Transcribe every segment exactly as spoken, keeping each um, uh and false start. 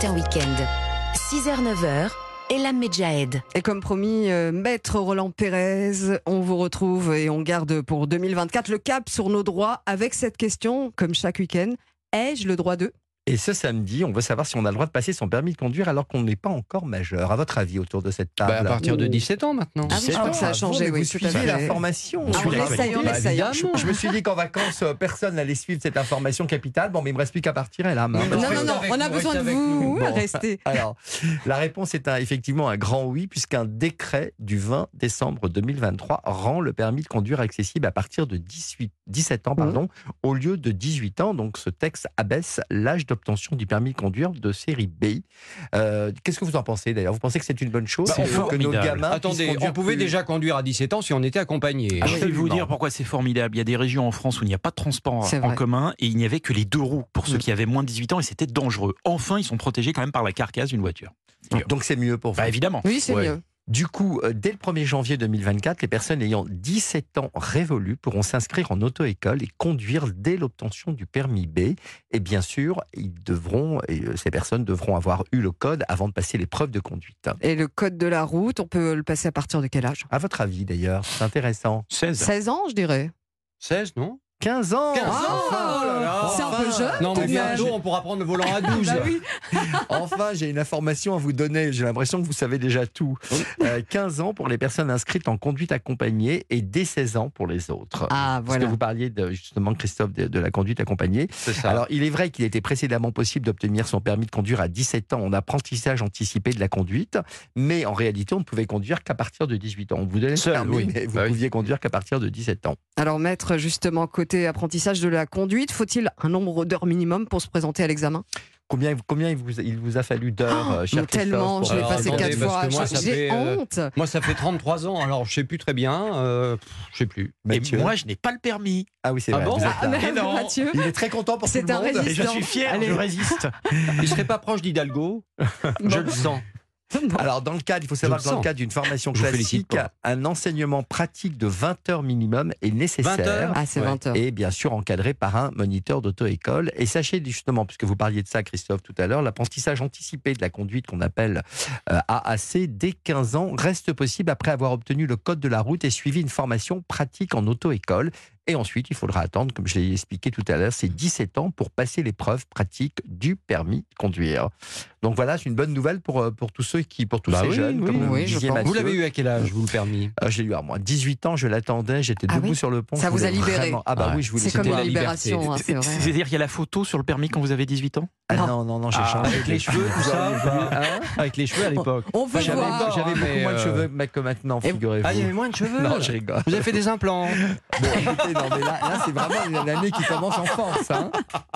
tout un week-end. six heures neuf heures, Elam Medjahed. Et comme promis, euh, Maître Roland Pérez, on vous retrouve et on garde pour deux mille vingt-quatre le cap sur nos droits avec cette question, comme chaque week-end. Ai-je le droit de... Et ce samedi, on veut savoir si on a le droit de passer son permis de conduire alors qu'on n'est pas encore majeur. À votre avis, autour de cette table? Bah, à partir de dix-sept ans maintenant. Ah oui, je crois que ça a changé, vous oui, tout à suivez fait. l'information. Ah, on essaye, on Bah, essaye. évidemment. Je me suis dit qu'en vacances, euh, personne n'allait suivre cette information capitale. Bon, mais il ne me reste plus qu'à partir, elle a main. Oui, Non, Restez non, non, avec on a nous, besoin de restez avec vous. nous. Bon. Restez. Alors, la réponse est un, effectivement un grand oui, puisqu'un décret du vingt décembre deux mille vingt-trois rend le permis de conduire accessible à partir de dix-huit, dix-sept ans, pardon, au lieu de dix-huit ans. Donc, ce texte abaisse l'âge d'obtention du permis de conduire de série B. Euh, Qu'est-ce que vous en pensez d'ailleurs? Vous pensez que c'est une bonne chose Bah, que, on- que nos formidable. gamins puissent Attendez, conduire on pouvait plus- déjà conduire à dix-sept ans si on était accompagné. Ah, je vais vous Absolument. dire pourquoi c'est formidable. Il y a des régions en France où il n'y a pas de transport C'est en vrai. commun et il n'y avait que les deux roues pour ceux Mm. qui avaient moins de dix-huit ans et c'était dangereux. Enfin, ils sont protégés quand même par la carcasse d'une voiture. Donc c'est mieux pour vous. Bah évidemment. Oui, c'est Ouais. mieux. Du coup, euh, dès le premier janvier deux mille vingt-quatre, les personnes ayant dix-sept ans révolus pourront s'inscrire en auto-école et conduire dès l'obtention du permis B. Et bien sûr, ils devront, et euh, ces personnes devront avoir eu le code avant de passer l'épreuve de conduite. Et le code de la route, on peut le passer à partir de quel âge? À votre avis d'ailleurs, c'est intéressant. seize. seize ans, je dirais. seize, non quinze ans quinze ans. Enfin, Oh là là. C'est un peu jeune. Non, mais tout de même. bientôt, on pourra prendre le volant à douze. Bah oui. Enfin, j'ai une information à vous donner. J'ai l'impression que vous savez déjà tout. Euh, quinze ans pour les personnes inscrites en conduite accompagnée et dès seize ans pour les autres. Ah, Parce voilà. que vous parliez de, justement, Christophe, de, de la conduite accompagnée. C'est ça. Alors, il est vrai qu'il était précédemment possible d'obtenir son permis de conduire à dix-sept ans en apprentissage anticipé de la conduite, mais en réalité, on ne pouvait conduire qu'à partir de dix-huit ans. On vous donnait le Seul, permis, oui. mais vous Bah oui. pouviez conduire qu'à partir de dix-sept ans. Alors, maître, justement, côté apprentissage de la conduite, faut-il un nombre d'heures minimum pour se présenter à l'examen? Combien, combien il, vous, il vous a fallu d'heures, euh, cher Mais tellement, Christophe, je l'ai pour- Alors, passé attendez, quatre parce fois. que moi, ça J'ai fait, euh, honte. Moi, ça fait trente-trois ans, alors je sais plus très bien. Euh, pff, je sais plus. Et Mathieu. moi, je n'ai pas le permis. Ah oui, c'est Ah vrai. bon vous êtes Ah, là. mais non. Mathieu, Il est très content pour tout C'est le un monde. résistant. Et je suis fier, Allez. je résiste. Il serait pas proche d'Hidalgo. Je le sens. Alors, dans le cadre, il faut savoir Je que le dans le sens. cadre d'une formation Je vous félicite classique, pas. un enseignement pratique de vingt heures minimum est nécessaire. vingt heures Ah, c'est Ouais. vingt heures. Et bien sûr encadré par un moniteur d'auto-école. Et sachez justement, puisque vous parliez de ça, Christophe, tout à l'heure, l'apprentissage anticipé de la conduite qu'on appelle euh, A A C dès quinze ans reste possible après avoir obtenu le code de la route et suivi une formation pratique en auto-école. Et ensuite, il faudra attendre, comme je l'ai expliqué tout à l'heure, c'est dix-sept ans pour passer l'épreuve pratique du permis de conduire. Donc voilà, c'est une bonne nouvelle pour, euh, pour tous ceux qui, pour tous Bah ces oui, jeunes, oui, comme oui, vous je disiez, pense. Mathieu. Vous l'avez eu à quel âge, vous, le permis? Euh, J'ai eu à moi dix-huit ans, je l'attendais, j'étais Ah debout oui sur le pont. Ça je vous a voulais libéré. vraiment- Ah bah Ouais. oui, je voulais. C'est comme C'était la la libération, liberté. hein, c'est vrai. C'est-à-dire qu'il y a la photo sur le permis quand vous avez dix-huit ans? Ah Non. non, non, non, j'ai Ah, changé. Avec les cheveux, tout ça ou pas Hein Avec les cheveux à l'époque. On veut J'avais voir. j'avais beaucoup mais, moins de euh, cheveux mec, que maintenant, Et- figurez-vous. Ah, il y avait moins de cheveux. Non, je rigole. Vous avez fait des implants. Bon, écoutez, non, mais là, là c'est vraiment une année qui commence en force. Hein.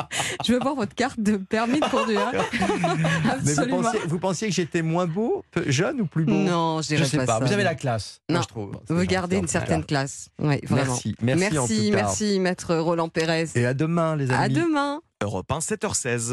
Je veux voir votre carte de permis de conduire. Mais vous Absolument. pensiez, vous pensiez que j'étais moins beau, peu- jeune ou plus beau? Non, je Je dirais sais pas, pas. ça. Vous avez la classe, Non. moi, je trouve. Vous gardez une gentil, certaine classe. Oui, vraiment. Merci, merci, en tout merci, cas. merci, maître Roland Pérez. Et à demain, les amis. À demain. Europe un, sept heures seize.